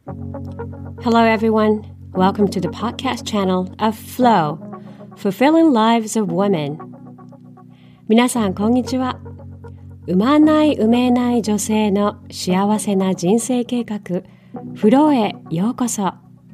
Hello everyone. Welcome to the podcast channel of Flow, Fulfilling Lives of Women. 皆さんこんにちは。産まない産めない女性の幸せな人生計画、フローへようこそ。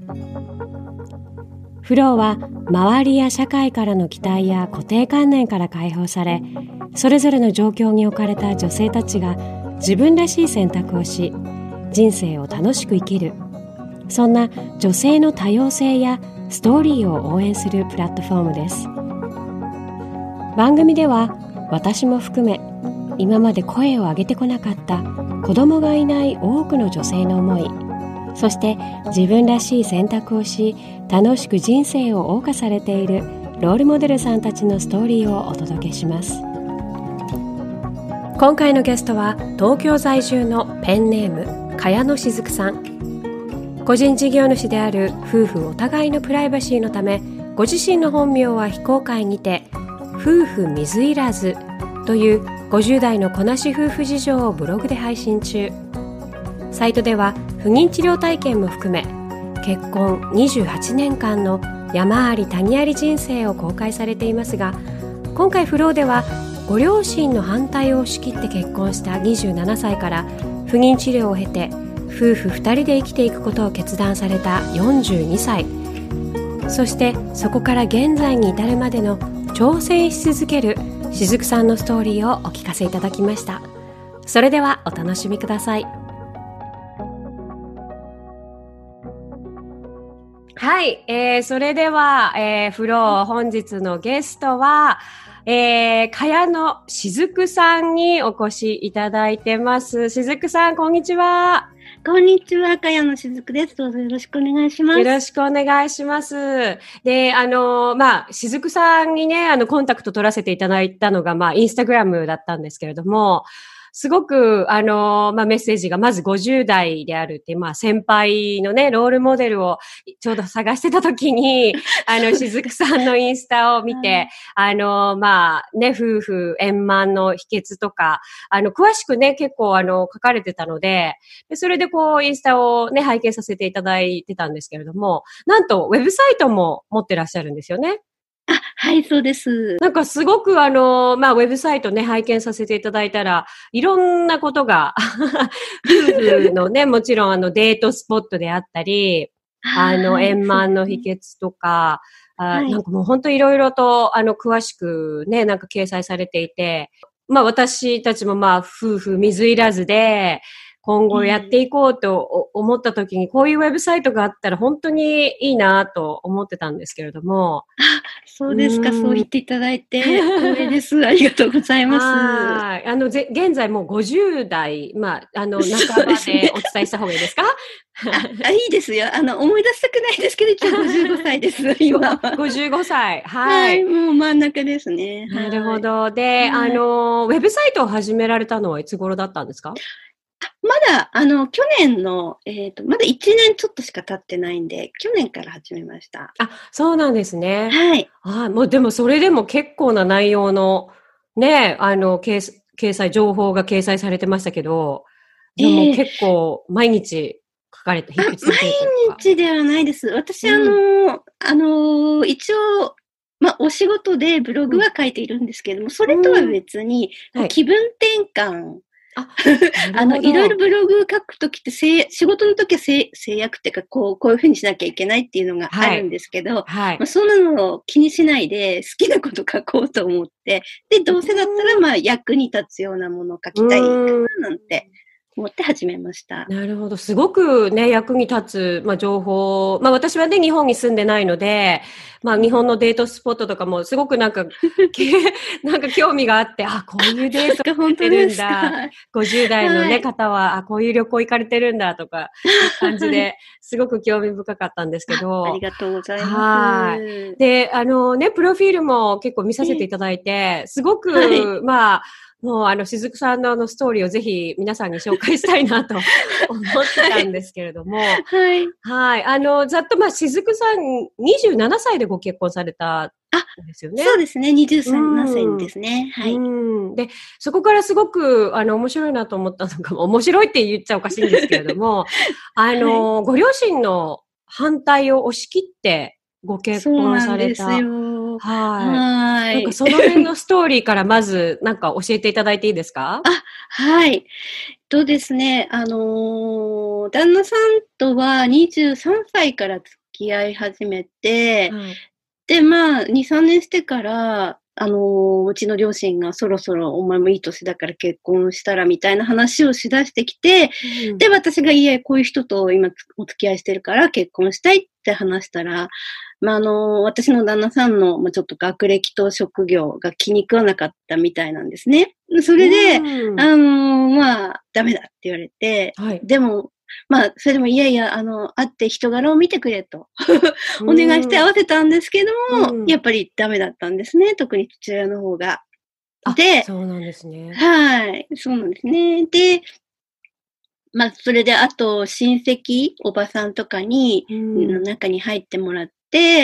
フローは周りや社会からの期待や固定観念から解放され、それぞれの状況に置かれた女性たちが自分らしい選択をし、人生を楽しく生きる、そんな女性の多様性やストーリーを応援するプラットフォームです。番組では私も含め、今まで声を上げてこなかった子供がいない多くの女性の思い、そして自分らしい選択をし、楽しく人生を謳歌されているロールモデルさんたちのストーリーをお届けします。今回のゲストは東京在住のペンネーム茅野しずくさん。個人事業主である夫婦お互いのプライバシーのため、ご自身の本名は非公開にて、夫婦水入らずという50代のこなし夫婦事情をブログで配信中。サイトでは不妊治療体験も含め、結婚28年間の山あり谷あり人生を公開されていますが、今回フローではご両親の反対を押し切って結婚した27歳から不妊治療を経て夫婦2人で生きていくことを決断された42歳、そしてそこから現在に至るまでの挑戦し続けるしずくさんのストーリーをお聞かせいただきました。それではお楽しみください。はい、それでは、フロー本日のゲストは茅野しずくさんにお越しいただいてます。しずくさん、こんにちは。 こんにちは、茅野しずくです。どうぞよろしくお願いします。 よろしくお願いします。で、しずくさんにね、コンタクト取らせていただいたのが、インスタグラムだったんですけれども、すごく、メッセージがまず50代であるって、先輩のね、ロールモデルをちょうど探してた時に、しずくさんのインスタを見て、夫婦円満の秘訣とか、詳しくね、結構書かれてたので、それでインスタをね、拝見させていただいてたんですけれども、なんと、ウェブサイトも持ってらっしゃるんですよね。 はい、そうです。 なんかすごくウェブサイトね、拝見させていただいたら、いろんなことが、夫婦のね、もちろんデートスポットであったり、円満の秘訣とか、なんかもう本当いろいろと、詳しくね、なんか掲載されていて、私たちも夫婦水入らずで、今後やっていこうと思った時に、こういうウェブサイトがあったら本当にいいなと思ってたんですけれども。 そうですか、そう言っていただいて光栄です。ありがとうございます。 現在もう50代、半ばでお伝えした方がいいですか？ いいですよ。思い出したくないですけど、一応55歳です、今は。 55歳。 はい。もう真ん中ですね。 なるほど。で、ウェブサイトを始められたのはいつ頃だったんですか？ まだ、去年の、まだ1年ちょっとしか経ってないんで、去年から始めました。 あ、そうなんですね。 はい。 もうでもそれでも結構な内容の、ね、掲載、情報が掲載されてましたけど、でも結構毎日書かれて、 毎日ではないです。私、一応、お仕事でブログは書いているんですけれども、それとは別に、気分転換、いろいろブログ書くときって仕事のときは制約っていうか、こういうふうにしなきゃいけないっていうのがあるんですけど、そんなのを気にしないで好きなこと書こうと思って、で、どうせだったら役に立つようなものを書きたいかななんて思って始めました。 なるほど。すごくね、役に立つ、情報。私はね、日本に住んでないので、日本のデートスポットとかもすごくなんか興味があって、こういうデート行ってるんだ。50代のね、方は、こういう旅行行かれてるんだとか、いう感じで、すごく興味深かったんですけど。 ありがとうございます。 で、プロフィールも結構見させていただいて、すごく、もうしずくさんのストーリーをぜひ皆さんに紹介したいなと思ってたんですけれども。 はい。 ざっとしずくさん27歳でご結婚されたですよね。 そうですね。23歳ですね。はい。 で、そこからすごく、面白いなと思ったのが、面白いって言っちゃおかしいんですけれども、ご両親の反対を押し切ってご結婚された。 そうなんですよ。 はい。なんかその辺のストーリーからまず、なんか教えていただいていいですか？ はい。ですね、旦那さんとは23歳から付き合い始めて、で、2、3年してから、うちの両親がそろそろお前もいい年だから結婚したらみたいな話をしだしてきて、で、私がこういう人と今お付き合いしてるから結婚したいって話したら、私の旦那さんの、ちょっと学歴と職業が気に食わなかったみたいなんですね。それで、ダメだって言われて、でも、それでもいやいや、会って人柄を見てくれとお願いして合わせたんですけども、やっぱりダメだったんですね。特に父親の方が。で、 そうなんですね。 はい、そうなんですね。で、それであと親戚、おばさんとかに、中に入ってもらって、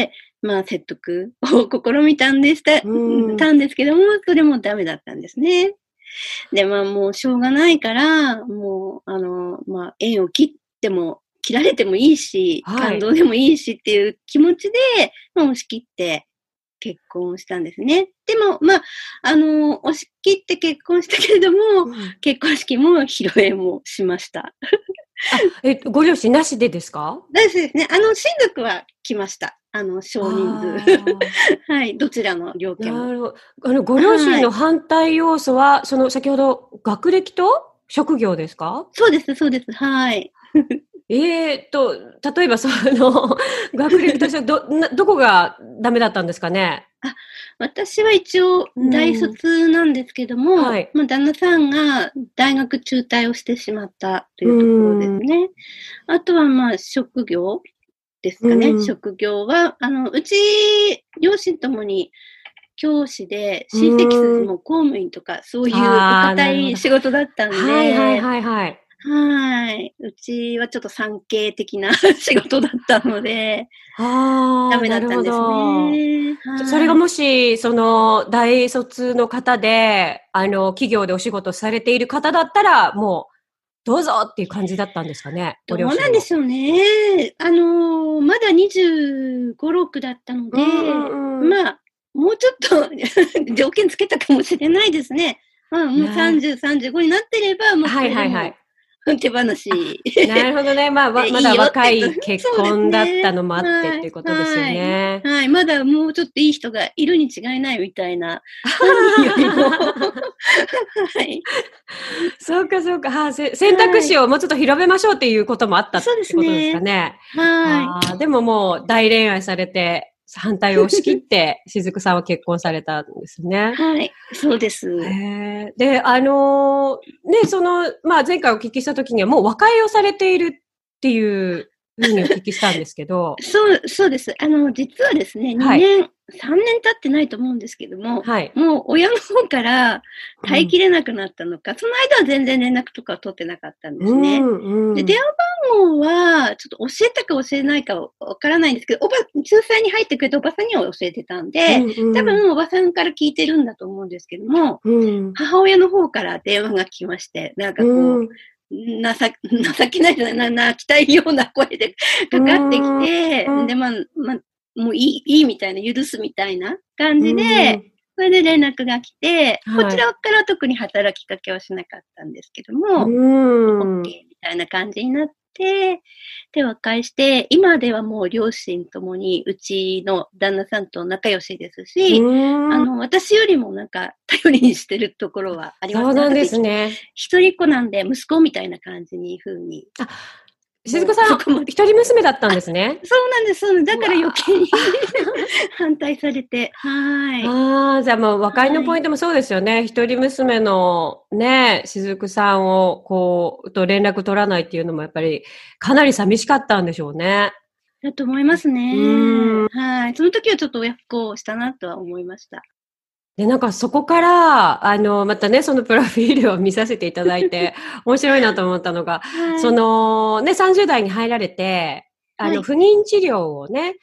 説得を試みたんですけども、それもダメだったんですね。で、もうしょうがないから、もう、縁を切られてもいいし、感動でもいいしっていう気持ちで、押し切って結婚したんですね。でも、押し切って結婚したけれども、結婚式も披露宴もしました。 ご両親なしでですか？ なしですね。親族は来ました。少人数。はい。どちらの両家も。 なるほど。ご両親の反対要素は、先ほど、学歴と職業ですか？ そうです、そうです。はい。 例えば学歴としてどこがダメだったんですかね？ 私は一応大卒なんですけども、旦那さんが大学中退をしてしまったというところですね。あとは職業ですかね。職業は、うち、両親ともに教師で、親戚筋も公務員とか、そういうお堅い仕事だったんで、はい。うちはちょっと産経的な仕事だったので、ダメだったんですね。 それがもし、大卒の方で、企業でお仕事されている方だったら、もう、どうぞっていう感じだったんですかね。 どうなんでしょうね。まだ25、6だったので、もうちょっと条件つけたかもしれないですね。もう30、35になってれば、手放し。 なるほどね。まだ若い結婚だったのもあってっていうことですよね。 はい。まだもうちょっといい人がいるに違いないみたいな。はい。 そうか、そうか。選択肢をもうちょっと広めましょうっていうこともあったってことですかね。 はい。 でももう大恋愛されて、反対を押し切って、しずくさんは結婚されたんですね。 はい。そうです。 で、前回お聞きしたときにはもう和解をされているっていうふうにお聞きしたんですけど。 そうです。実はですね、2年、3年経ってないと思うんですけども、もう親の方から耐えきれなくなったのか、その間は全然連絡とかは取ってなかったんですね。で、電話番号は、ちょっと教えたか教えないかわからないんですけど、仲裁に入ってくれたおばさんには教えてたんで、多分おばさんから聞いてるんだと思うんですけども、母親の方から電話が来まして、なんかこう、情けないじゃない、泣きたいような声でかかってきて、で、もういいみたいな、許すみたいな感じで、それで連絡が来て、こちらから特に働きかけはしなかったんですけども、OK みたいな感じになって、で、和解して、今ではもう両親ともに、うちの旦那さんと仲良しですし、私よりもなんか頼りにしてるところはありますね。 そうなんですね。 一人っ子なんで、息子みたいな感じに風に。 しずくさん、一人娘だったんですね。 そうなんです。だから余計に反対されて。はい。 じゃあもう和解のポイントもそうですよね。一人娘のね、しずくさんをと連絡取らないっていうのもやっぱりかなり寂しかったんでしょうね。 だと思いますね。はい。その時はちょっと親不孝したなとは思いました。 で、なんかそこから、またね、そのプロフィールを見させていただいて、面白いなと思ったのが、30代に入られて、不妊治療をね、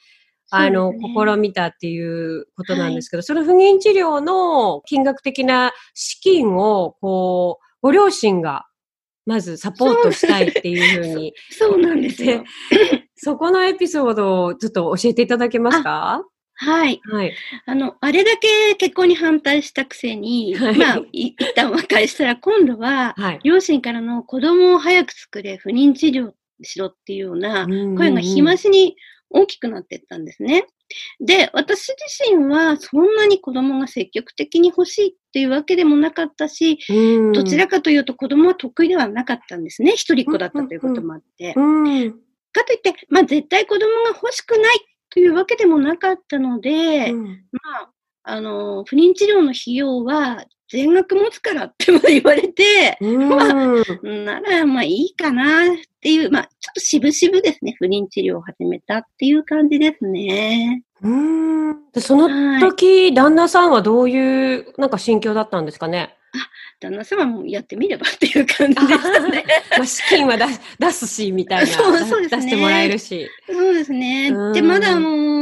試みたっていうことなんですけど、その不妊治療の金額的な資金を、こう、ご両親が、まずサポートしたいっていうふうに。 そうなんですよ。 そこのエピソードをちょっと教えていただけますか？ はい。 はい。 あれだけ結婚に反対したくせに、まあ、一旦和解したら、今度は、両親からの子供を早く作れ、不妊治療しろっていうような声が日増しに大きくなっていったんですね。で、私自身はそんなに子供が積極的に欲しいっていうわけでもなかったし、どちらかというと子供は得意ではなかったんですね。一人っ子だったということもあって。かといって、まあ絶対子供が欲しくないというわけでもなかったので、まあ、不妊治療の費用は全額持つからって言われて、まあ、ならまあいいかなっていう、まあちょっと渋々ですね、不妊治療を始めたっていう感じですね。 でその時、旦那さんはどういうなんか心境だったんですかね？ 旦那さんはもうやってみればっていう感じでしたね。 まあ資金は出すし、みたいな。そうですね。出してもらえるし。 そうですね。で、まだ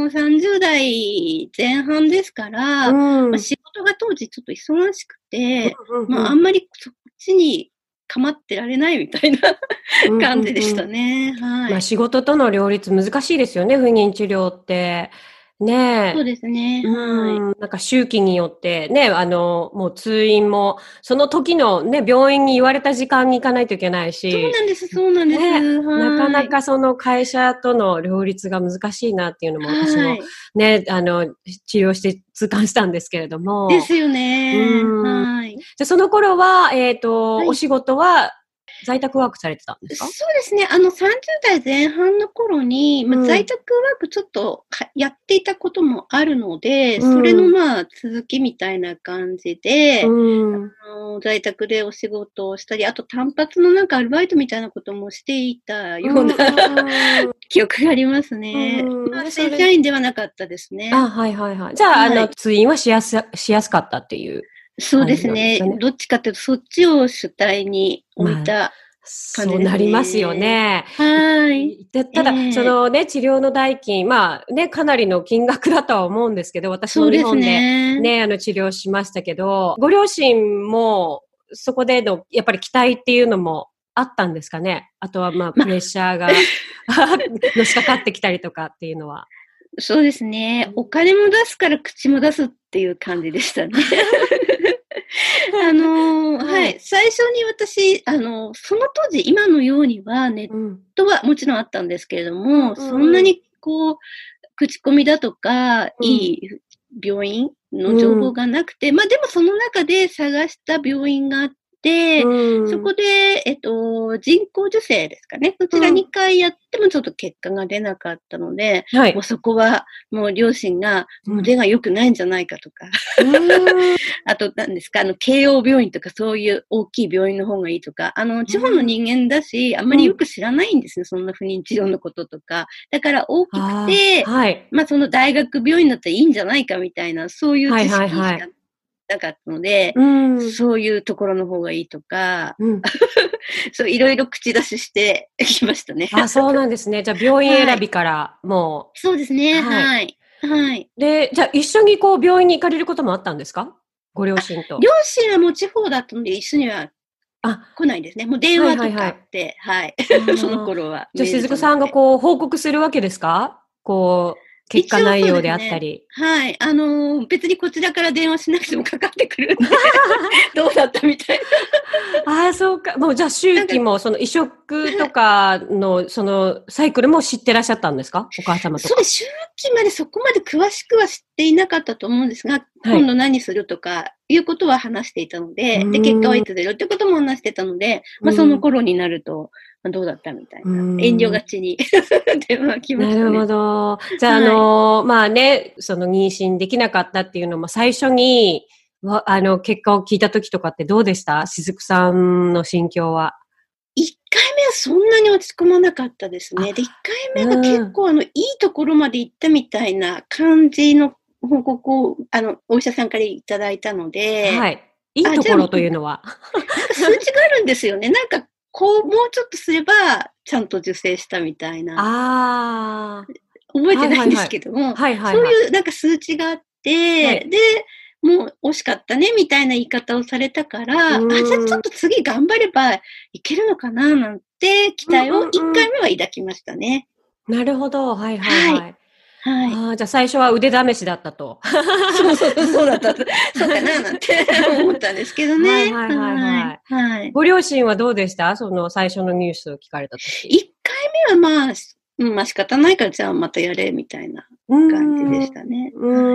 30代前半ですから、まあ、仕事が当時ちょっと忙しくて、まああんまりそっちに構ってられないみたいな感じでしたね。はい。 まあ仕事との両立難しいですよね、不妊治療って。ねえ。 そうですね。はい。 なんか周期によってね、もう通院も、その時のね、病院に言われた時間に行かないといけないし。 そうなんです、そうなんです。 ね、なかなかその会社との両立が難しいなっていうのも私もね、治療して痛感したんですけれども。 ですよね。はい。 じゃあその頃は、お仕事は、在宅ワークされてたんですか？ そうですね。30代前半の頃に、まあ、在宅ワークちょっとやっていたこともあるので、それのまあ続きみたいな感じで、在宅でお仕事をしたり、あと単発のなんかアルバイトみたいなこともしていたような記憶がありますね。まあ、正社員ではなかったですね。 はいはいはい。じゃあ、通院はしやすかったっていう。 そうですね。どっちかというと、そっちを主体に置いた感じですね。 そうなりますよね。 はい。 ただ、そのね、治療の代金、まあね、かなりの金額だとは思うんですけど、私も日本でね、治療しましたけど、ご両親もそこでの、やっぱり期待っていうのもあったんですかね？あとはまあ、プレッシャーがのしかかってきたりとかっていうのは。 そうですね。お金も出すから口も出すっていう感じでしたね。はい。最初に私、その当時、今のようにはネットはもちろんあったんですけれども、そんなにこう、口コミだとか、いい病院の情報がなくて、まあでもその中で探した病院があって、そこで、人工授精ですかね。そちら2回やってもちょっと結果が出なかったので、もうそこはもう両親が腕が良くないんじゃないかとか、あと何ですか、慶応病院とかそういう大きい病院の方がいいとか、地方の人間だし、あんまりよく知らないんですね、そんな不妊治療のこととか。だから大きくて、まあその大学病院だったらいいんじゃないかみたいな、そういう知識しかなかったので、そういうところの方がいいとか、そういろいろ口出ししてきましたね。 そうなんですね。じゃあ病院選びからもう。 そうですね。はい。はい。 で、じゃあ一緒にこう病院に行かれることもあったんですか？ご両親と。 両親はもう地方だったので一緒には来ないですね。もう電話とかあって、はい。その頃は。 じゃあ雫さんがこう報告するわけですか？こう、結果内容であったり。 はい。別にこちらから電話しなくてもかかってくるんで、どうだったみたいな。そうか。もうじゃあ周期も、その移植とかの、そのサイクルも知ってらっしゃったんですか？お母様とか。 そうです。周期までそこまで詳しくは知っていなかったと思うんですが、今度何するとか、いうことは話していたので、で、結果はいつ出るってことも話してたので、まあその頃になると、どうだったみたいな。遠慮がちに電話来ましたね。 なるほど。じゃあ、まあね、その妊娠できなかったっていうのも最初に、結果を聞いた時とかってどうでした？雫さんの心境は。 1回目はそんなに落ち込まなかったですね。で、1回目が結構いいところまで行ったみたいな感じの報告を、お医者さんからいただいたので。 はい。いいところというのは。 数値があるんですよね。なんか、もうちょっとすれば、ちゃんと受精したみたいな。 覚えてないんですけども、そういうなんか数値があって、で、もう惜しかったね、みたいな言い方をされたから、じゃあちょっと次頑張ればいけるのかな、なんて期待を1回目は抱きましたね。 なるほど。はいはいはい。 はい。 じゃあ最初は腕試しだったと。 そうだった。そうかな、なんて思ったんですけどね。 はい。ご両親はどうでした？その最初のニュースを聞かれたとき。 1回目はまあ仕方ないからじゃあまたやれ、みたいな感じでしたね。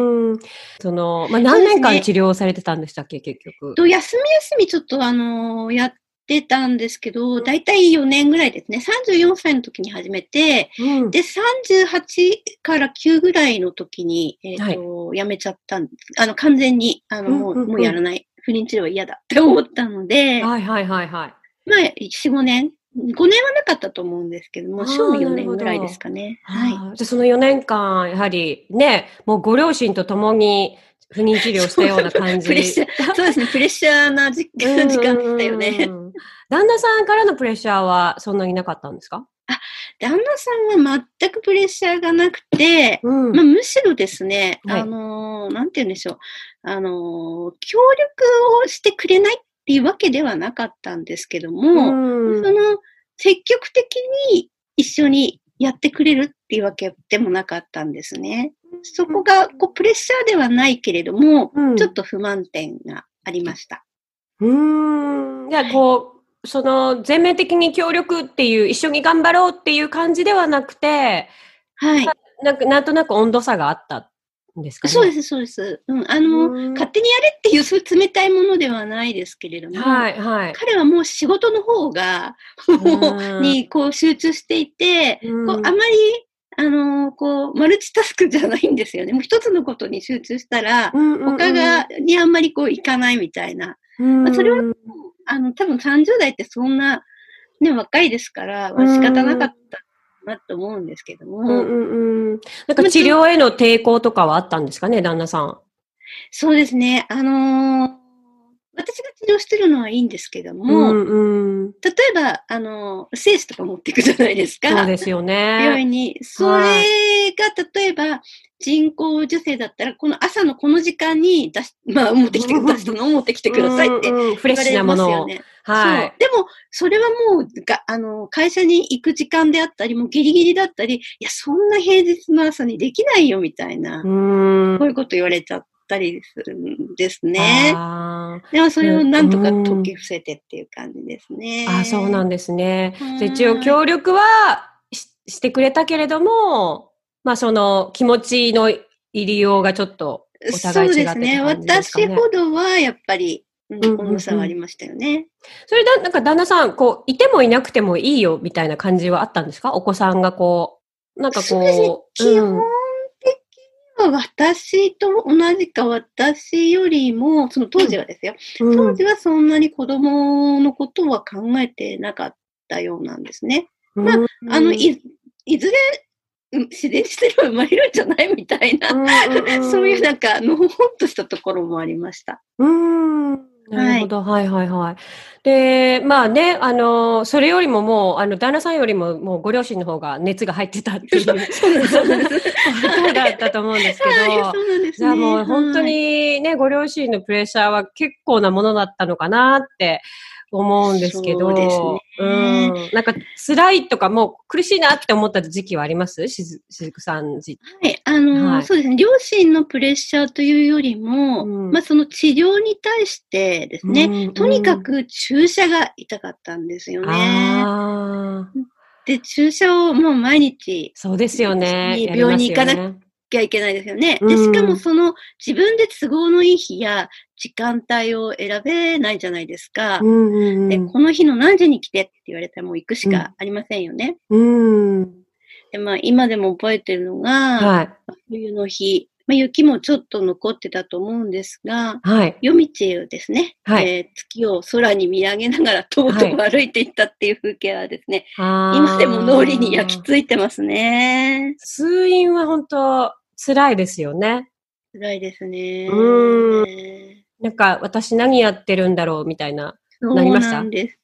何年間治療されてたんでしたっけ、結局。 休みちょっとやってたんですけど、だいたい4年ぐらいですね。34歳の時に始めて、で、38から9ぐらいの時に、辞めちゃったんです。完全に、もうやらない。不妊治療は嫌だって思ったので、まあ、4、5年。5年はなかったと思うんですけども、賞味4年ぐらいですかね。はい。 じゃあその4年間、やはりね、もうご両親と共に不妊治療したような感じ。 そうですね、プレッシャーな時間でしたよね。 旦那さんからのプレッシャーはそんなになかったんですか？ 旦那さんは全くプレッシャーがなくて、むしろですね、なんて言うんでしょう、協力をしてくれないっていうわけではなかったんですけども、積極的に一緒にやってくれるっていうわけでもなかったんですね。そこがプレッシャーではないけれども、ちょっと不満点がありました。 じゃあ全面的に協力っていう、一緒に頑張ろうっていう感じではなくて、 はい。 なんとなく温度差があったんですかね。 そうです。勝手にやれっていう、そういう冷たいものではないですけれども、彼はもう仕事の方が、に集中していて、あまり、マルチタスクじゃないんですよね。もう一つのことに集中したら、他にあんまりいかないみたいな。それは、多分30代ってそんな、ね、若いですから、仕方なかったなと思うんですけども。 なんか治療への抵抗とかはあったんですかね、旦那さん。 そうですね。私が治療してるのはいいんですけども、例えば、精子とか持っていくじゃないですか。 そうですよね。 病院に。それが、例えば、人工授精だったら、この朝のこの時間に持ってきてくださいって言われますよね。 フレッシュなものを。 はい。でも、それはもう、会社に行く時間であったり、もうギリギリだったり、いや、そんな平日の朝にできないよ、みたいな。こういうこと言われちゃったりするんですね。でも、それをなんとか解き伏せてっていう感じですね。 そうなんですね。一応、協力はしてくれたけれども、その気持ちの入りようがちょっとお互い違ってた感じですかね。 そうですね。私ほどはやっぱり、温度差はありましたよね。 それなんか旦那さん、いてもいなくてもいいよみたいな感じはあったんですか？お子さんがそうですね。基本的には私と同じか、私よりも、その当時はですよ。当時はそんなに子供のことは考えてなかったようなんですね。いずれ、自然にすれば生まれるんじゃないみたいな、そういうなんか、のほほんとしたところもありました。 なるほど。はい。で、それよりももう、旦那さんよりも、もうご両親の方が熱が入ってたっていうそうなんです。ことだったと思うんですけど、そうなんですね。じゃあもう本当にね、ご両親のプレッシャーは結構なものだったのかなって思うんですけど、そうですね。なんか辛いとかもう苦しいなって思った時期はあります？しずくさん自身。 はい。そうですね。両親のプレッシャーというよりも、その治療に対してですね、とにかく注射が痛かったんですよね。で、注射をもう毎日、 そうですよね。 病院に行かなきゃいけないですよね。で、しかもその自分で都合のいい日や時間帯を選べないじゃないですか。で、この日の何時に来てって言われたらもう行くしかありませんよね。で、今でも覚えてるのが、冬の日、雪もちょっと残ってたと思うんですが、夜道をですね、月を空に見上げながらとぼとぼ歩いていったっていう風景はですね、今でも脳裏に焼き付いてますね。 通院は本当辛いですよね。 辛いですね。 なんか私何やってるんだろうみたいな、なりました？ そうなんです。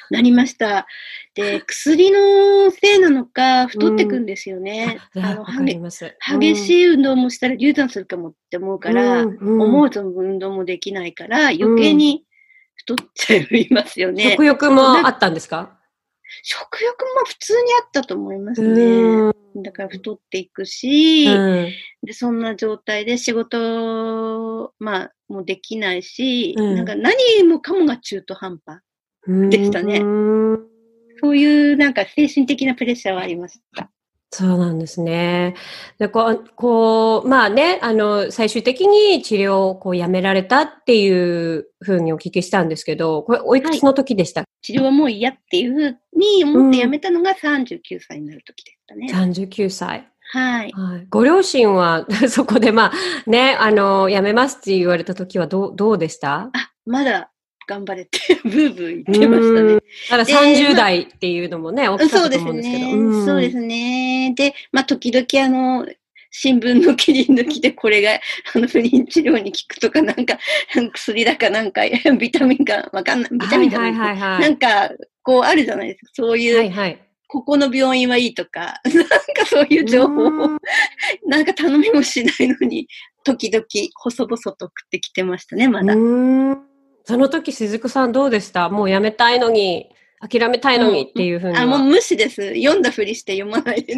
なりました。で、薬のせいなのか、太ってくんですよね。 わかります。 激しい運動もしたら流産するかもって思うから、思うと運動もできないから、余計に太っちゃいますよね。 食欲もあったんですか？ 食欲も普通にあったと思いますね。だから太っていくし、で、そんな状態で仕事、もうできないし、なんか何もかもが中途半端でしたね。そういうなんか精神的なプレッシャーはありました。 そうなんですね。でまあね、最終的に治療をやめられたっていうふうにお聞きしたんですけど、これおいくつの時でした？ 治療はもう嫌っていうふうに思ってやめたのが39歳になる時でしたね。 39歳。 はい。 ご両親はそこでやめますって言われた時はどうでした？ まだ頑張れってブーブー言ってましたね。 ただ30代っていうのもね、大きかったと思うんですけど。 そうですね。で、時々新聞の切り抜きでこれが不妊治療に効くとか、なんか薬だかなんかビタミンかわかんない。ビタミンじゃないですか。なんかこうあるじゃないですか。そういう、ここの病院はいいとか、なんかそういう情報をなんか頼みもしないのに、時々細々と送ってきてましたね、まだ。 その時、雫さんどうでした？もうやめたいのに、諦めたいのにっていうふうには。 もう無視です。読んだふりして読まないで。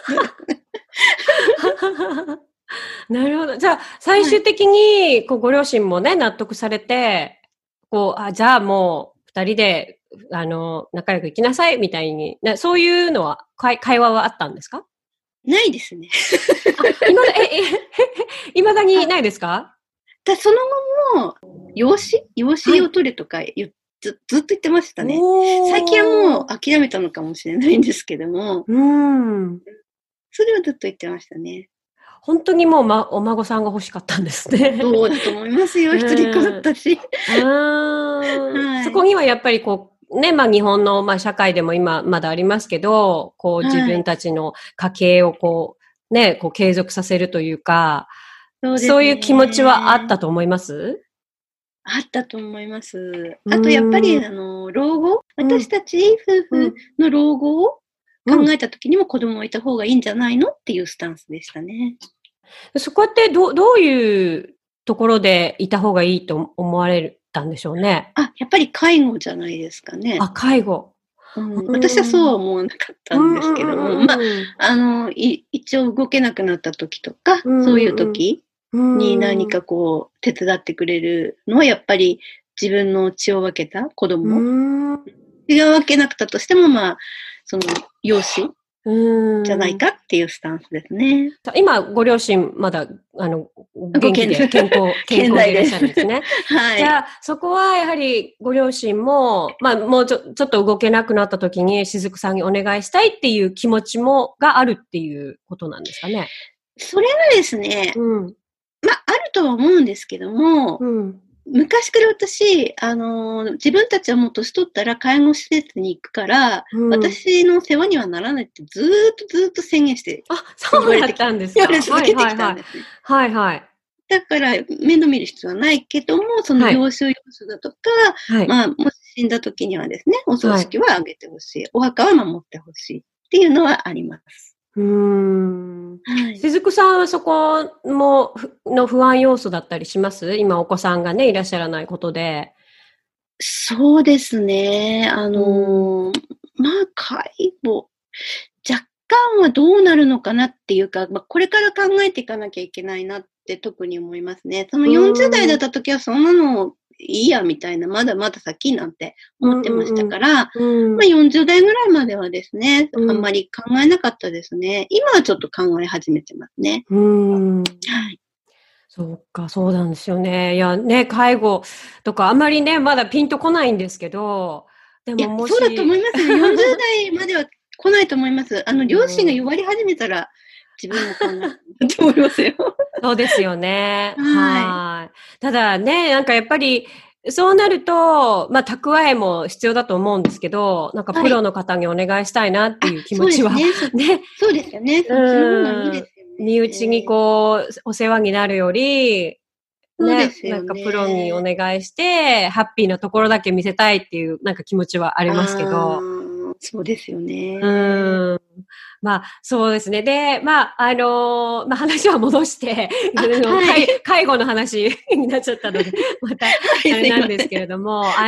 なるほど。じゃあ、最終的に、ご両親もね、納得されて、じゃあもう、二人で、仲良く行きなさい、みたいに、そういうのは、会話はあったんですか？ ないですね。 未だにないですか？ その後も、養子を取れとかずっと言ってましたね。最近はもう諦めたのかもしれないんですけども。それはずっと言ってましたね。 本当にもう、お孫さんが欲しかったんですね。 そうだと思いますよ。一人っ子だったし。 そこにはやっぱり日本の、社会でも今まだありますけど、自分たちの家計を継続させるというか、そういう気持ちはあったと思います？ あったと思います。あとやっぱり、老後、私たち夫婦の老後を考えたときにも子供をいた方がいいんじゃないのっていうスタンスでしたね。 そこってどういうところでいた方がいいと思われたんでしょうね。 やっぱり介護じゃないですかね。 介護。 私はそうは思わなかったんですけども、一応動けなくなった時とか、そういう時に何か手伝ってくれるのはやっぱり自分の血を分けた子供。血が分けなくたとしても、その養子じゃないかっていうスタンスですね。 今、ご両親まだ、元気で健康でいらっしゃるんですね。 はい。 じゃあ、そこはやはりご両親も、もうちょっと動けなくなった時に、雫さんにお願いしたいっていう気持ちがあるっていうことなんですかね。 それはですね、あるとは思うんですけども、昔から私、自分たちはもう年取ったら介護施設に行くから、私の世話にはならないってずーっと宣言して。 そうだったんですか。 言われ続けてきたんですね。 はいはい。 だから、面倒見る必要はないけども、その養子だとか、もし死んだ時にはですね、お葬式はあげてほしい。お墓は守ってほしいっていうのはあります。 雫さんはそこの不安要素だったりします？今お子さんがね、いらっしゃらないことで。 そうですね。介護、若干はどうなるのかなっていうか、これから考えていかなきゃいけないなって特に思いますね。その40代だった時はそんなのいいやみたいな、まだまだ先なんて思ってましたから、40代ぐらいまではですね、あんまり考えなかったですね。今はちょっと考え始めてますね。はい。 そうか、そうなんですよね。いやね、介護とかあんまりね、まだピンとこないんですけど、でもそうだと思いますよ。40代までは来ないと思います。両親が弱り始めたら、自分もこんなと思いますよ。 そうですよね。はい。ただね、なんかやっぱり、そうなると、蓄えも必要だと思うんですけど、なんかプロの方にお願いしたいなっていう気持ちは、 そうですよね。そっちの方がいいですよね。 身内にお世話になるより、 そうですよね。 なんかプロにお願いして、ハッピーなところだけ見せたいっていう、なんか気持ちはありますけど。 そうですよね。 まあ、そうですね。で、まあ、まあ、話は戻して、 はい、 介護の話になっちゃったので、また、あれなんですけれども、 はい、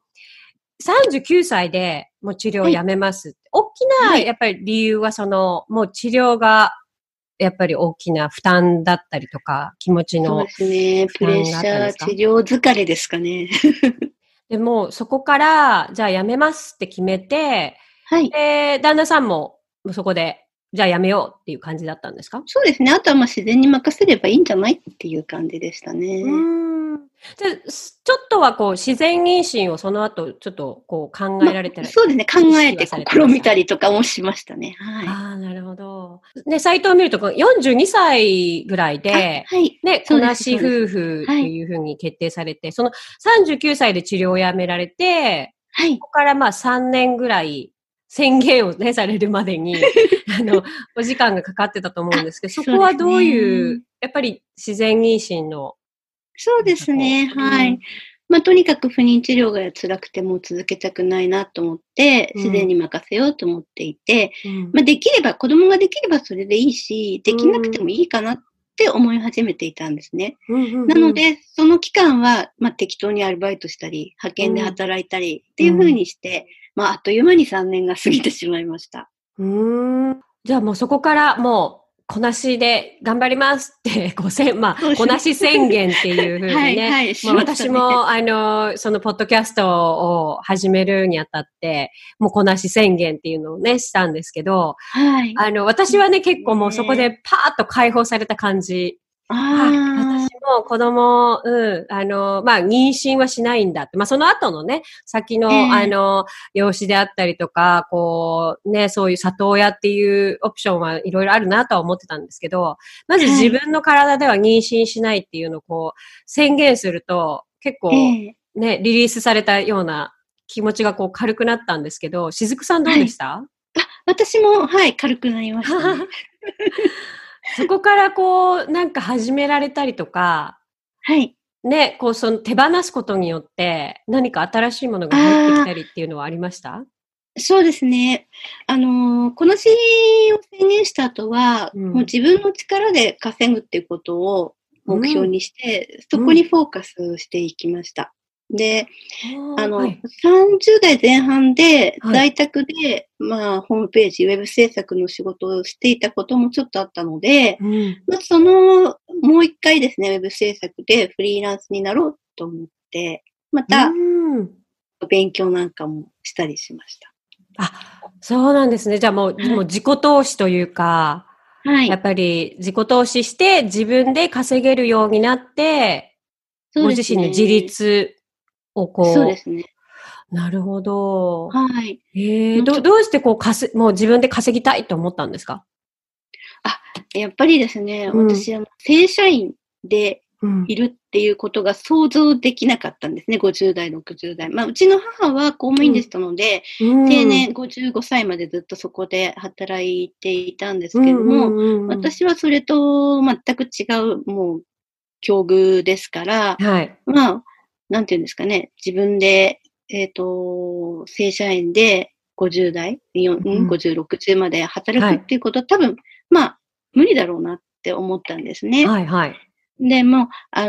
39歳でもう治療をやめます。大きな、やっぱり理由はもう治療が、やっぱり大きな負担だったりとか、気持ちのそうですね。 負プレッ担があシャー、 ったんですか？ 治療疲れですかね。 でも、そこから、じゃあやめますって決めて、 はい。 で、旦那さんもそこで、じゃあやめようっていう感じだったんですか？ そうですね。あとは自然に任せればいいんじゃないっていう感じでしたね。 じゃあ、ちょっとは自然妊娠をその後、ちょっと考えられたら、 そうですね。考えて意識はされてました？ 試みたりとかもしましたね。はい。 ああ、なるほど。ね、サイトを見ると、42歳ぐらいで、 はい。 ね、 そうです、 こなしそうです。 夫婦はい。 っていうふうに決定されて、その39歳で治療をやめられて、 はい。 ここからまあ3年ぐらい宣言をね、されるまでに、お時間がかかってたと思うんですけど、そこはそうですどういう、 ね。 やっぱり自然妊娠の、 そうですね。はい。とにかく不妊治療が辛くてもう続けたくないなと思って、自然に任せようと思っていて、できれば、子供ができればそれでいいし、できなくてもいいかなって思い始めていたんですね。なので、その期間は、適当にアルバイトしたり、派遣で働いたりっていう風にして、あっという間に3年が過ぎてしまいました。 じゃあもうそこからもう、こなしで頑張りますって、こなし宣言っていう風にね。私も、そのポッドキャストを始めるにあたって、もうこなし宣言っていうのをね、したんですけど、私はね、結構もうそこでパーッと解放された感じ。私も子供、妊娠はしないんだって。その後のね、先の、養子であったりとか、そういう里親っていうオプションはいろいろあるなとは思ってたんですけど、まず自分の体では妊娠しないっていうのを宣言すると、結構ね、リリースされたような気持ちが軽くなったんですけど、しずくさんどうでした？ 私も、軽くなりましたね。 そこからなんか始められたりとか、 はい。 ね、その手放すことによって、何か新しいものが入ってきたりっていうのはありました？ そうですね。この詩を宣言した後は、もう自分の力で稼ぐっていうことを目標にして、そこにフォーカスしていきました。で、30代前半で在宅で、ホームページ、ウェブ制作の仕事をしていたこともちょっとあったので、もう一回ですね、ウェブ制作でフリーランスになろうと思って、また、勉強なんかもしたりしました。 そうなんですね。じゃあもう自己投資というか、やっぱり自己投資して自分で稼げるようになって、ご自身の自立をそうですね。 なるほど。 はい。 どうしてもう自分で稼ぎたいと思ったんですか？ やっぱりですね、私は正社員でいるっていうことが想像できなかったんですね、50代、60代。うちの母は公務員でしたので、定年55歳までずっとそこで働いていたんですけれども、私はそれと全く違う、もう、境遇ですから、なんていうんですかね、自分で、正社員で50代、50、60まで働くっていうことは多分、無理だろうなって思ったんですね。で、も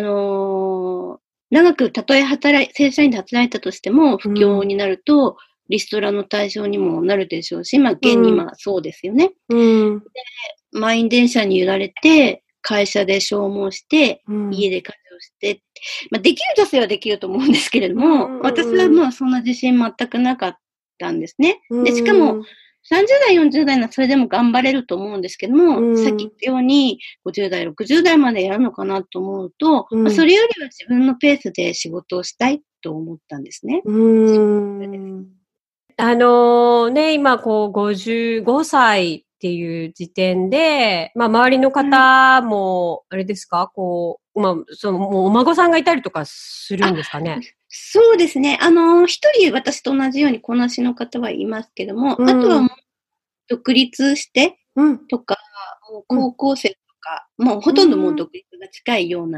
長く、たとえ正社員で働いたとしても、不況になると、リストラの対象にもなるでしょうし、現にそうですよね。で、満員電車に揺られて、会社で消耗して、家で家事をして、できる女性はできると思うんですけれども、私はそんな自信全くなかったんですね。で、しかも、30代、40代ならそれでも頑張れると思うんですけども、さっき言ったように、50代、60代までやるのかなと思うと、それよりは自分のペースで仕事をしたいと思ったんですね。 今、55歳っていう時点で、周りの方も、あれですか、もうお孫さんがいたりとかするんですかね？ そうですね。一人私と同じようにこなしの方はいますけども、あとはもう独立してとか、高校生とか、もうほとんどもう独立が近いような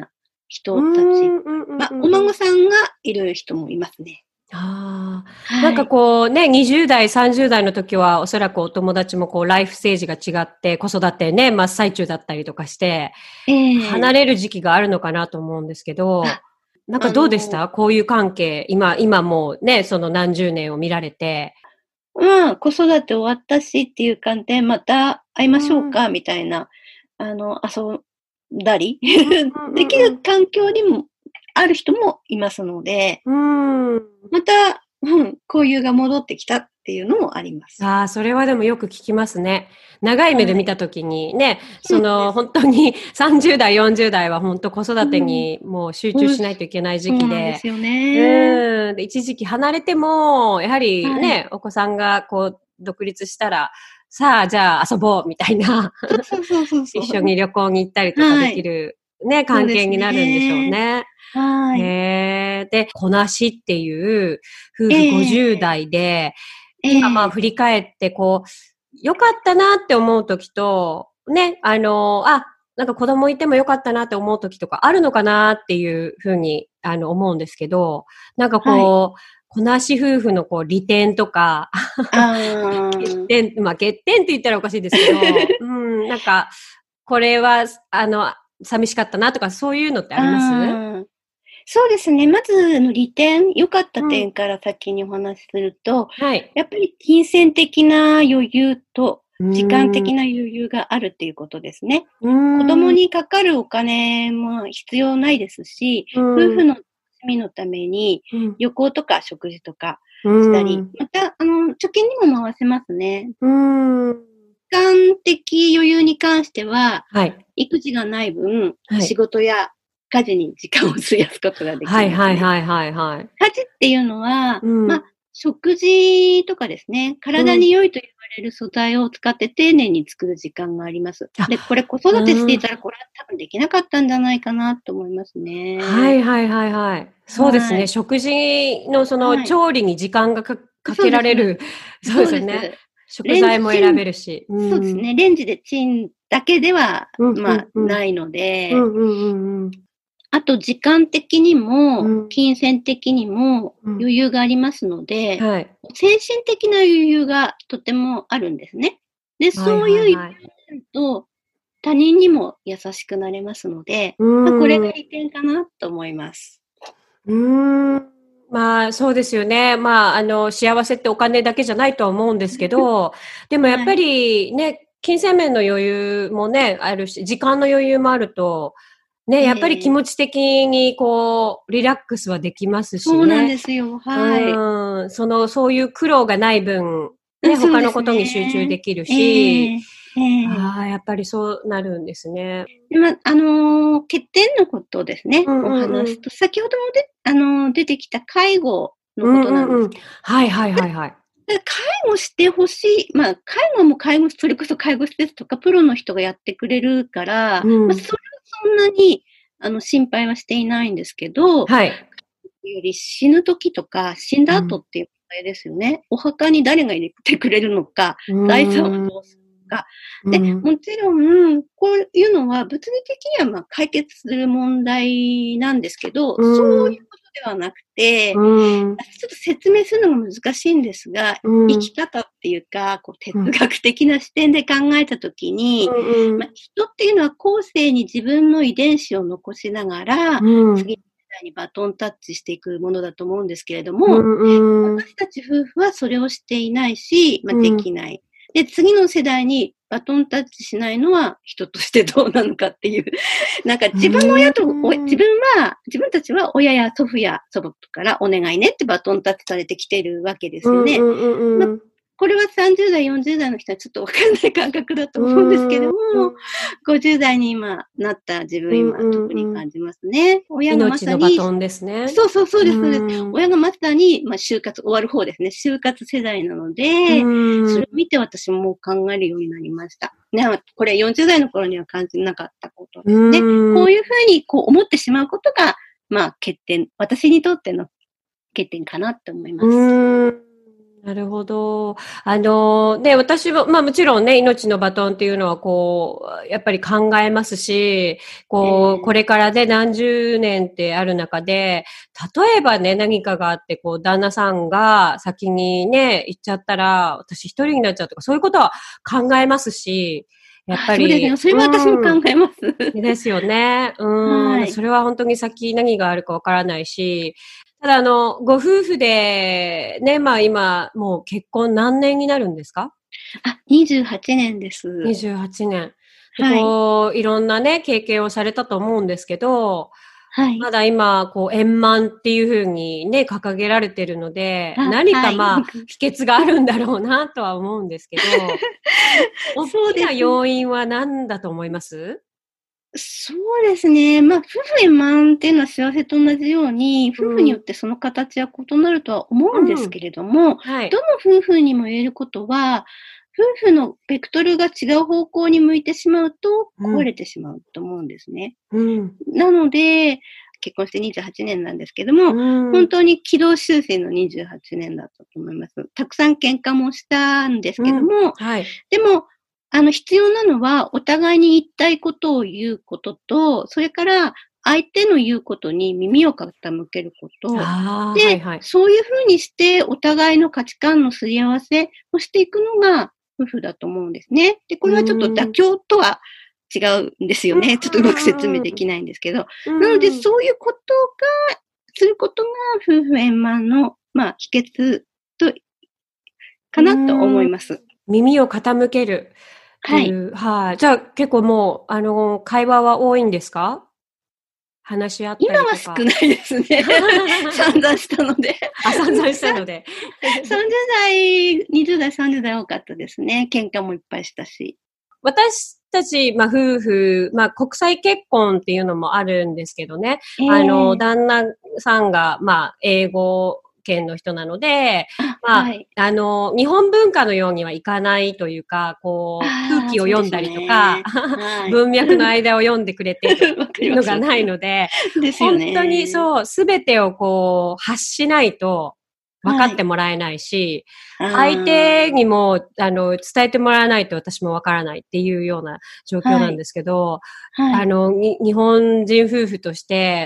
人たち。お孫さんがいる人もいますね。 なんかこうね、20代、30代の時はおそらくお友達もこうライフステージが違って子育てね、真っ最中だったりとかして、離れる時期があるのかなと思うんですけど、なんかどうでした？こういう関係、今もうね、その何十年を見られて。 子育て終わったしっていう感じで、また会いましょうか、みたいな、遊んだり、できる環境にもある人もいますので、また、交友が戻ってきたっていうのもあります。 それはでもよく聞きますね。長い目で見たときにね、本当に30代、40代は本当子育てにもう集中しないといけない時期で。 そうなんですよね。 で一時期離れても、やはりね、お子さんがこう独立したら、さあ、じゃあ遊ぼうみたいな。一緒に旅行に行ったりとかできるね、関係になるんでしょうね。で、こなしっていう夫婦50代で、今振り返ってこう、良かったなって思うときと、ね、なんか子供いても良かったなって思うときとかあるのかなっていうふうに、思うんですけど、なんかこう、こなし夫婦のこう利点とか、欠点って言ったらおかしいですけど、なんか、これは、寂しかったなとか、そういうのってあります？ そうですね。まずの利点、良かった点から先にお話しすると、やっぱり金銭的な余裕と時間的な余裕があるっていうことですね。子供にかかるお金も必要ないですし、夫婦の楽しみのために旅行とか食事とかしたり、また、貯金にも回せますね。時間的余裕に関しては、育児がない分、仕事や家事に時間を費やすことができますね。家事っていうのは、食事とかですね、体に良いと言われる素材を使って丁寧に作る時間があります。で、これ子育てしていたらこれは多分できなかったんじゃないかなと思いますね。 そうですね。食事のその調理に時間がかけられる。そうですね。食材も選べるし。 そうですね。レンジでチンだけでは、ないので、あと時間的にも、金銭的にも余裕がありますので、精神的な余裕がとてもあるんですね。で、そういう余裕があると、他人にも優しくなれますので、これが利点かなと思います。 そうですよね。幸せってお金だけじゃないとは思うんですけど、でもやっぱりね、金銭面の余裕もね、あるし、時間の余裕もあると、ね、やっぱり気持ち的にこう、リラックスはできますしね。 そうなんですよ。 そういう苦労がない分、ね、他のことに集中できるし、やっぱりそうなるんですね。 欠点のことですね、お話すと、先ほども出てきた介護のことなんです。介護してほしい。介護もそれこそ介護施設とかプロの人がやってくれるから、それはそんなに、心配はしていないんですけど、より死ぬ時とか、死んだ後っていう問題ですよね。お墓に誰が入れてくれるのか、財産はどうするのか。で、もちろん、こういうのは物理的には解決する問題なんですけど、そういうことではなくて、ちょっと説明するのが難しいんですが、生き方っていうか、哲学的な視点で考えたときに、人っていうのは後世に自分の遺伝子を残しながら、次の世代にバトンタッチしていくものだと思うんですけれども、私たち夫婦はそれをしていないし、できない。で、次の世代にバトンタッチしないのは人としてどうなのかっていう。なんか自分たちは親や祖父や祖母からお願いねってバトンタッチされてきてるわけですよね。これは30代、40代の人はちょっとわかんない感覚だと思うんですけども、50代に今なった自分今特に感じますね。 親がまさに。命のバトンですね。 そうです。親がまさに、就活終わる方ですね。就活世代なので、それを見て私も考えるようになりました。これ40代の頃には感じなかったことですね。こういうふうに思ってしまうことが、欠点、私にとっての欠点かなって思います。 なるほど。私は、もちろんね、命のバトンっていうのは、やっぱり考えますし、これからね、何十年ってある中で、例えばね、何かがあって、旦那さんが先にね、行っちゃったら、私一人になっちゃうとか、そういうことは考えますし、やっぱそうですね。 り、 それは私も考えます。 ですよね。 はい。 それは本当に先何があるかわからないし、ただご夫婦で、ね、今、もう結婚何年になるんですか？ 28年です。 28 年。で、 はい。 いろんなね、経験をされたと思うんですけど、 はい。 まだ今、円満っていうふうにね、掲げられてるので、何かはい。 秘訣があるんだろうなとは思うんですけど、大きなそうです。 要因は何だと思います？ そうですね。夫婦円満っていうのは幸せと同じように、夫婦によってその形は異なるとは思うんですけれども、 はい。 どの夫婦にも言えることは、夫婦のベクトルが違う方向に向いてしまうと壊れてしまうと思うんですね。なので、結婚して28年なんですけども、本当に軌道修正の28年だったと思います。たくさん喧嘩もしたんですけども、 はい。 でも、必要なのは、お互いに言いたいことを言うことと、それから、相手の言うことに耳を傾けること。で、 はいはい。 そういうふうにして、お互いの価値観のすり合わせをしていくのが、夫婦だと思うんですね。で、これはちょっと妥協とは違うんですよね。ちょっとうまく説明できないんですけど。なので、そういうことが、することが、夫婦円満の、秘訣と、かなと思います。 耳を傾けるってはい。 いう。はい。じゃあ結構もう、会話は多いんですか？話し合った今はりとか。 少ないですね。散々したので。 散々したので。 30代、20代、30代多かったですね。喧嘩もいっぱいしたし。 私たち、夫婦、国際結婚っていうのもあるんですけどね。旦那さんが、英語圏の人なので、 はい。 日本文化のようにはいかないというか、空気をそうですよ読んだりとか、 ね。はい。 文脈の間を読んでくれてとわかいうります、 のがないわかりまので、 す。ですよ本当にね。 そう、すべてを発しないと分かはい。 ってもらえないし、相手あにも、伝えてもらわないと私もわからないっていうような状況はい。 なんですけど、 はい。 日本人夫婦として、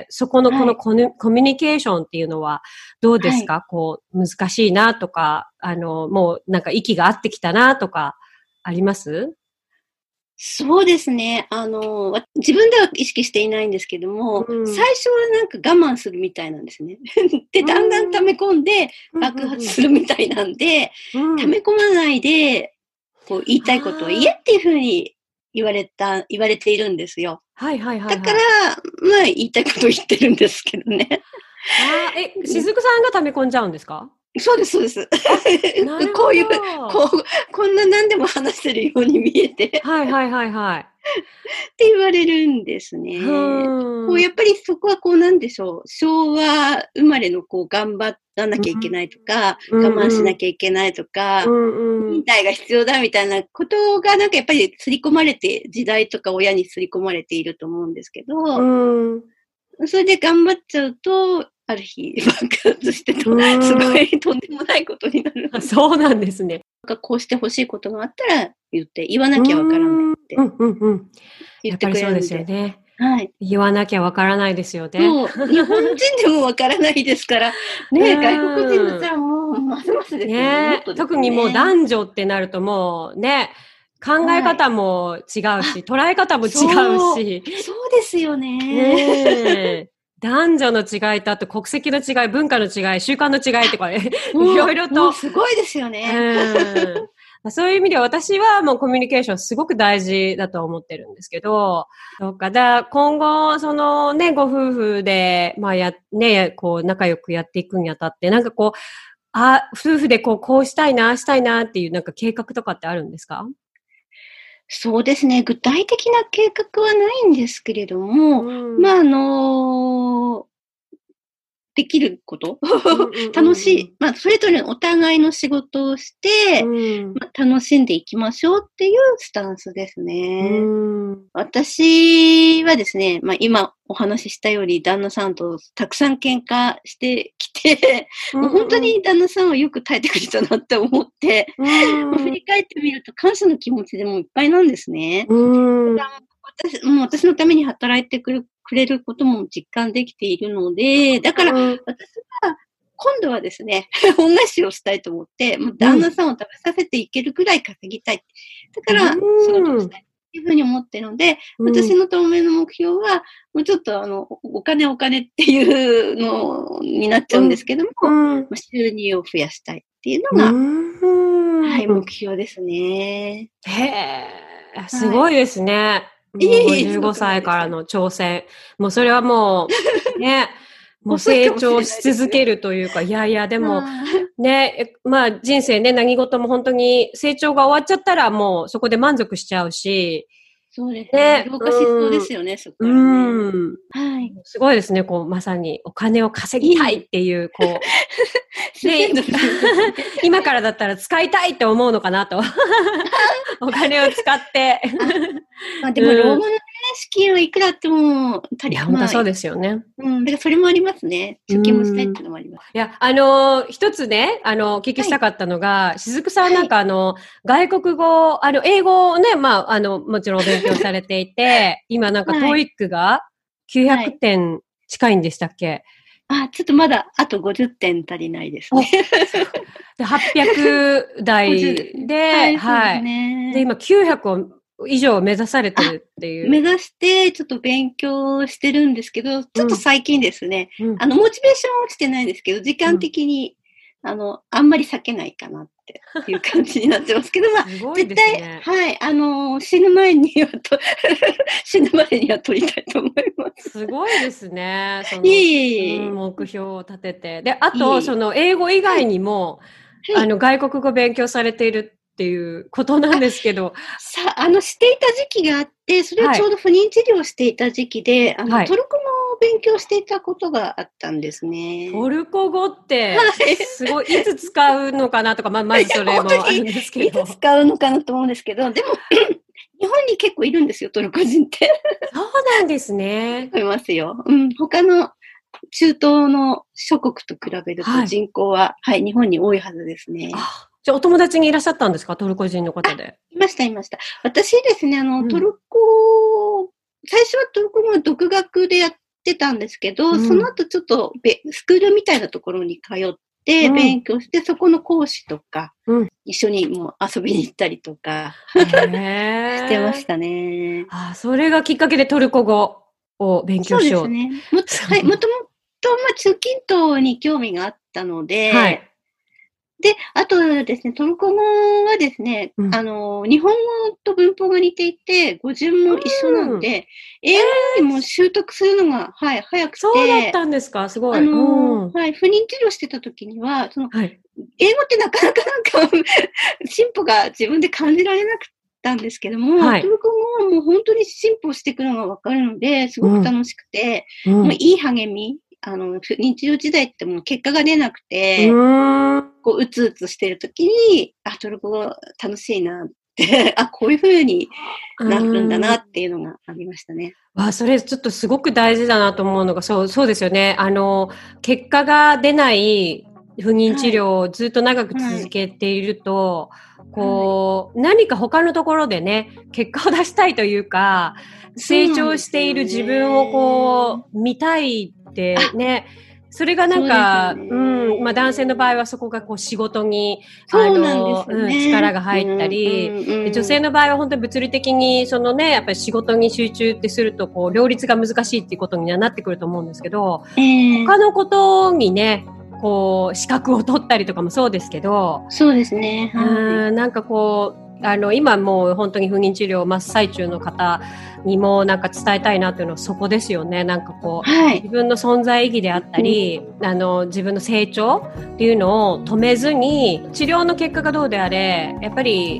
そこのこはい。 のコミュニケーションっていうのはどうではい。 すか？難しいなとか、もうなんか息が合ってきたなとか、あります？ そうですね。自分では意識していないんですけども、最初はなんか我慢するみたいなんですね。で、だんだん溜め込んで爆発するみたいなんで、溜め込まないで、言いたいことを言えっていうふうに言われているんですよ。 はいはいはいだから、 はい。 言いたいことを言ってるんですけどね。 しずくさんが溜め込んじゃうんですか？ そうです、そうです。 あ、なるほこういう、 ど。 こんな何でも話してるように見えてはいはいはいはい。 って言われるんですふね。 ーん。 やっぱりそこはなんでしょう。昭和生まれの頑張らなきゃいけないとか、我慢しなきゃいけないとか、忍耐が必要だみたいなことがなんかやっぱり刷り込まれて、時代とか親に刷り込まれていると思うんですけど、それで頑張っちゃうと、ある日爆発してすごいとんでもないことになる。 そうなんですね。 こうして欲しいことがあったら言わなきゃわからないって言ってくやっぱりそうですよれるんで。 ね。 はい。 言わなきゃわからないですよね。 そう、日本人でもわからないですから、ね、外国人だったらもう、ますますですよね。もっとです特にもうよね。 男女ってなるともうね、考えはい。 方も違うし、捉え方も違うそう、 し、 そうですよね。 ねえ。男女の違いと、あと国籍の違い、文化の違い、習慣の違いとかね、いろいろもうと、 すごいですよね。 そういう意味で私はもうコミュニケーションすごく大事だと思ってるんですけど、そうか、今後、そのね、ご夫婦で、仲良くやっていくにあたって、なんか夫婦でこうしたいな、したいなっていうなんか計画とかってあるんですか？ そうですね。具体的な計画はないんですけれども、 できること楽しい。まあ、それぞれお互いの仕事をして、まあ、楽しんでいきましょうっていうスタンスですね。私はですね、まあ、今お話ししたより旦那さんとたくさん喧嘩してきて、もう本当に旦那さんはよく耐えてくれたなって思って、振り返ってみると感謝の気持ちでもいっぱいなんですね。もう私のために働いてくれることも実感できているので、だから私は今度はですね、恩返しをしたいと思って、もう旦那さんを食べさせていけるくらい稼ぎたい。だから仕事をしたいっていうふうに思ってるので、私の当面の目標は、もうちょっとお金っていうのになっちゃうんですけども、収入を増やしたいっていうのが、はい、目標ですね。 へー、すごいですね。15歳からの挑戦。もうそれはもう、ね、もう成長し続けるというか、いやいや、でも、ね、まあ人生ね、何事も本当に成長が終わっちゃったらもうそこで満足しちゃうし、 そうですね。老化しそうですよね、そこからね。はい。 すごいですね、こう、まさにお金を稼ぎたいっていう、こう。で、今からだったら使いたいって思うのかなと。お金を使って。 まあでも、老後の資金はいくらあっても足りない。 本当そうですよね。 だからそれもありますね。貯金もしたいっていうのもあります。 いや、一つね、お聞きしたかったのが、しずくさんなんか外国語、英語をね、まあ、もちろんお勉強されていて、今なんか TOEIC が900点近いんでしたっけ？ ちょっとまだあと50点足りないですね。 で、800台で、はい。で、今900以上目指されてるっていう。 目指してちょっと勉強してるんですけど、ちょっと最近ですね、モチベーションは落ちてないんですけど、時間的に、あんまり避けないかなっていう感じになってますけど、まあ、絶対、はい、死ぬ前には死ぬまでには取りたいと思います。 すごいですね。その目標を立てて。で、あと、その英語以外にも、外国語勉強されているっていうことなんですけど。 していた時期があって、それはちょうど不妊治療をしていた時期で、トルコ語を勉強していたことがあったんですね。 トルコ語って、すごい、いつ使うのかなとか、まずそれもあるんですけど。 いつ使うのかなと思うんですけど、でも、日本に結構いるんですよ、トルコ人って。 そうなんですね。 いますよ。他の中東の諸国と比べると人口は、日本に多いはずですね。 じゃあ、お友達にいらっしゃったんですか？トルコ人の方で。 いました。私ですね、トルコ、最初はトルコ語の独学でやってたんですけど、その後ちょっとスクールみたいなところに通って勉強して、そこの講師とか、一緒にもう遊びに行ったりとか、してましたね。 それがきっかけでトルコ語を勉強しよう。 そうですね。もともと、中近東に興味があったので、で、あとですね、トルコ語はですね、日本語と文法が似ていて、語順も一緒なので、英語よりも習得するのが、早くて。 そうだったんですか？すごい。 不妊治療してた時には、英語ってなかなか進歩が自分で感じられなくたんですけども、トルコ語はもう本当に進歩していくのがわかるので、すごく楽しくて、もういい励み。不妊治療時代ってもう結果が出なくて、こう、うつうつしてるときに、トルコ語楽しいなって、こういう風になるんだなっていうのがありましたね。 それちょっとすごく大事だなと思うのが、そうですよね。結果が出ない不妊治療をずっと長く続けていると、こう、何か他のところでね、結果を出したいというか、成長している自分をこう、見たいってね、それがなんか、男性の場合はそこがこう仕事に、力が入ったり、女性の場合は本当に物理的に、そのね、やっぱり仕事に集中ってすると、こう、両立が難しいっていうことにはなってくると思うんですけど、他のことにね、こう、資格を取ったりとかもそうですけど、 そうですね。 なんかこう、今もう本当に不妊治療真っ最中の方にもなんか伝えたいなっていうのはそこですよね。なんかこう、自分の存在意義であったり、自分の成長っていうのを止めずに、治療の結果がどうであれ、やっぱり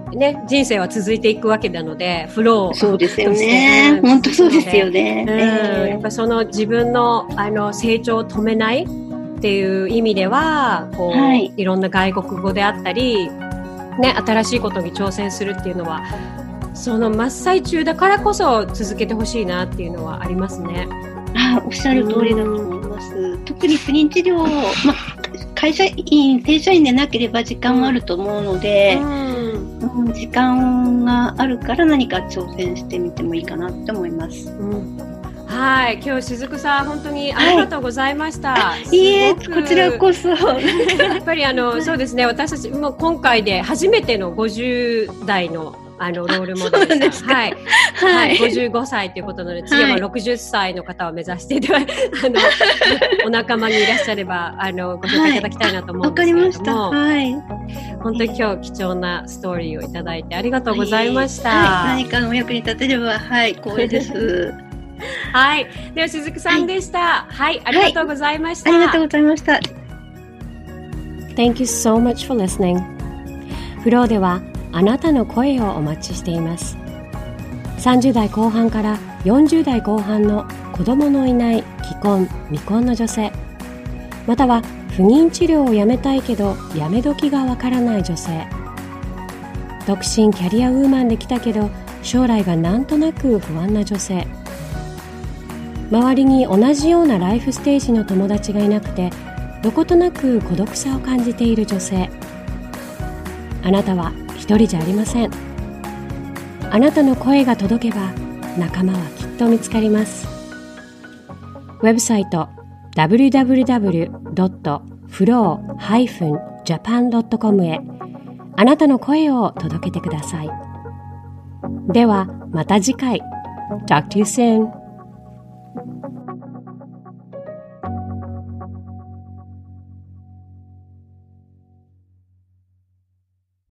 ね、人生は続いていくわけなので、フロー。 そうですよね。本当そうですよね。 やっぱその自分の、成長を止めないっていう意味では、こう、いろんな外国語であったり、ね、新しいことに挑戦するっていうのは、その真っ最中だからこそ続けてほしいなっていうのはありますね。 おっしゃる通りだと思います。特に不妊治療、会社員、正社員でなければ時間はあると思うので、時間があるから何か挑戦してみてもいいかなって思います。 はい、今日しずくさん本当にありがとうございました。 いいえ、こちらこそ。やっぱりそうですね、私たちも今回で初めての50代のロールモデルです。はい。55歳ということなので、次は60歳の方を目指して、お仲間にいらっしゃれば、ご紹介いただきたいなと思うんですけれども。本当に今日貴重なストーリーをいただいてありがとうございました。 何かのお役に立てれば、光栄です。 はい。では、しずくさんでした。はい。ありがとうございました。 ありがとうございました。 Thank you so much for listening. フローでは、あなたの声をお待ちしています。30代後半から40代後半の子供のいない既婚・未婚の女性、または不妊治療をやめたいけどやめ時がわからない女性、独身キャリアウーマンで来たけど将来がなんとなく不安な女性、周りに同じようなライフステージの友達がいなくてどことなく孤独さを感じている女性、あなたは一人じゃありません。あなたの声が届けば仲間はきっと見つかります。ウェブサイト www.flow-japan.com へあなたの声を届けてください。ではまた次回。Talk to you soon.